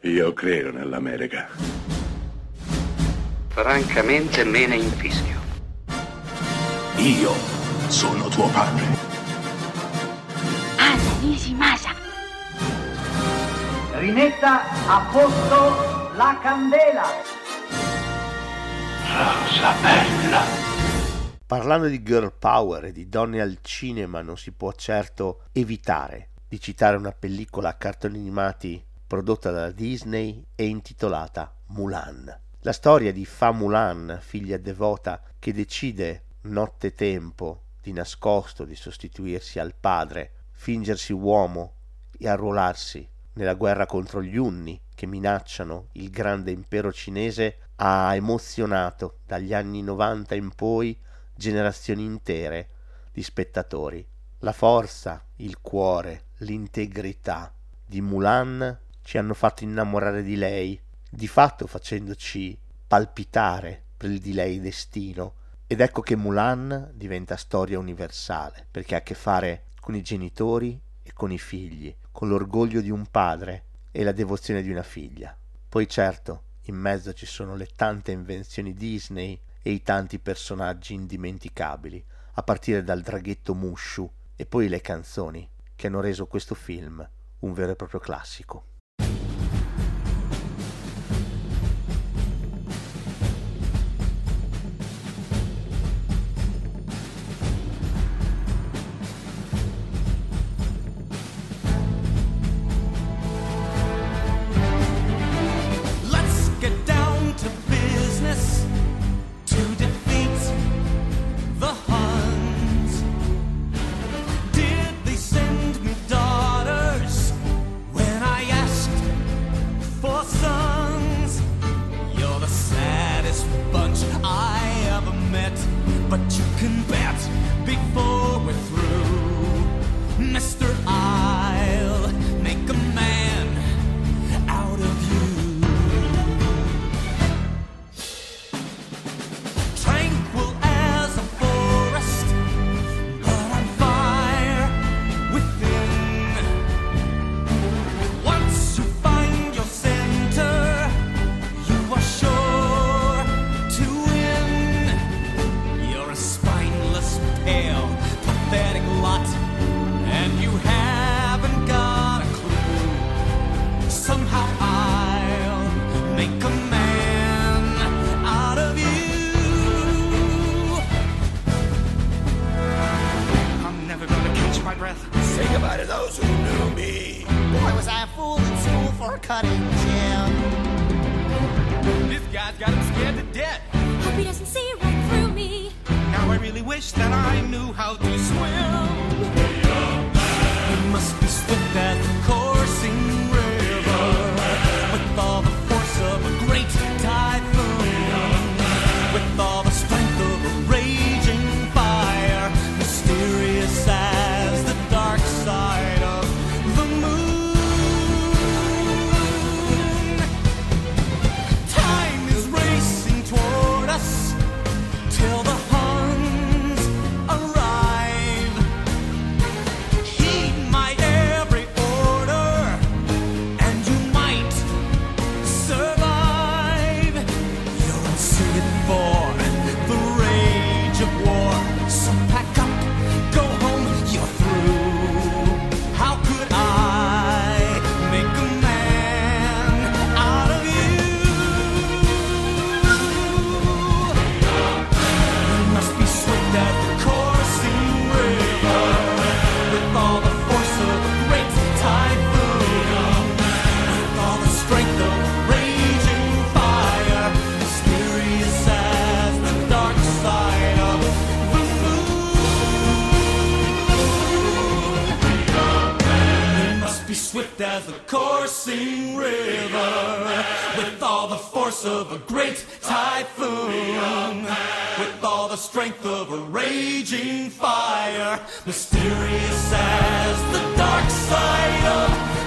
Io credo nell'America. Francamente me ne infischio. Io sono tuo padre. Anna Nishimasa. Rimetta a posto la candela. Rosa bella. Parlando di girl power e di donne al cinema, non si può certo evitare di citare una pellicola a cartoni animati prodotta dalla Disney e intitolata Mulan. La storia di Fa Mulan, figlia devota che decide nottetempo di nascosto di sostituirsi al padre, fingersi uomo e arruolarsi nella guerra contro gli Unni che minacciano il grande impero cinese, ha emozionato dagli anni 90 in poi generazioni intere di spettatori. La forza, il cuore, l'integrità di Mulan ci hanno fatto innamorare di lei, di fatto facendoci palpitare per il di lei destino. Ed ecco che Mulan diventa storia universale, perché ha a che fare con i genitori e con i figli, con l'orgoglio di un padre e la devozione di una figlia. Poi certo, in mezzo ci sono le tante invenzioni Disney e i tanti personaggi indimenticabili, a partire dal draghetto Mushu e poi le canzoni che hanno reso questo film un vero e proprio classico. But you can bet before we're through, Mister, I'll make a man out of you. Tranquil as a forest, but on fire within. Once you find your center, you are sure to win. You're a spineless, pale, pathetic lot, and you haven't got a clue. Somehow I'll make a man out of you. I'm never gonna catch my breath. Say goodbye to those who knew me. Boy, was I a fool in school for a cutting gym. This guy's got him scared to death. Hope he doesn't see right through me. Now I really wish that I knew how to swim. We must be swift as the coursing river, with all the force of a great typhoon, with all the strength of a raging fire, mysterious as the dark side of the moon. Time is racing toward us till the Huns arrive. Heed my every order, and you might survive. You're unsuited for the rage of war, so pack up, go home, you're through. How could I make a man out of you? You must be swift as the coursing river, with all the force of a great typhoon, with all the strength of a raging fire, mysterious as the dark side of the moon. You must be swift as the coursing river, with all the force of a great typhoon, with all the strength of a raging fire, mysterious as the dark side of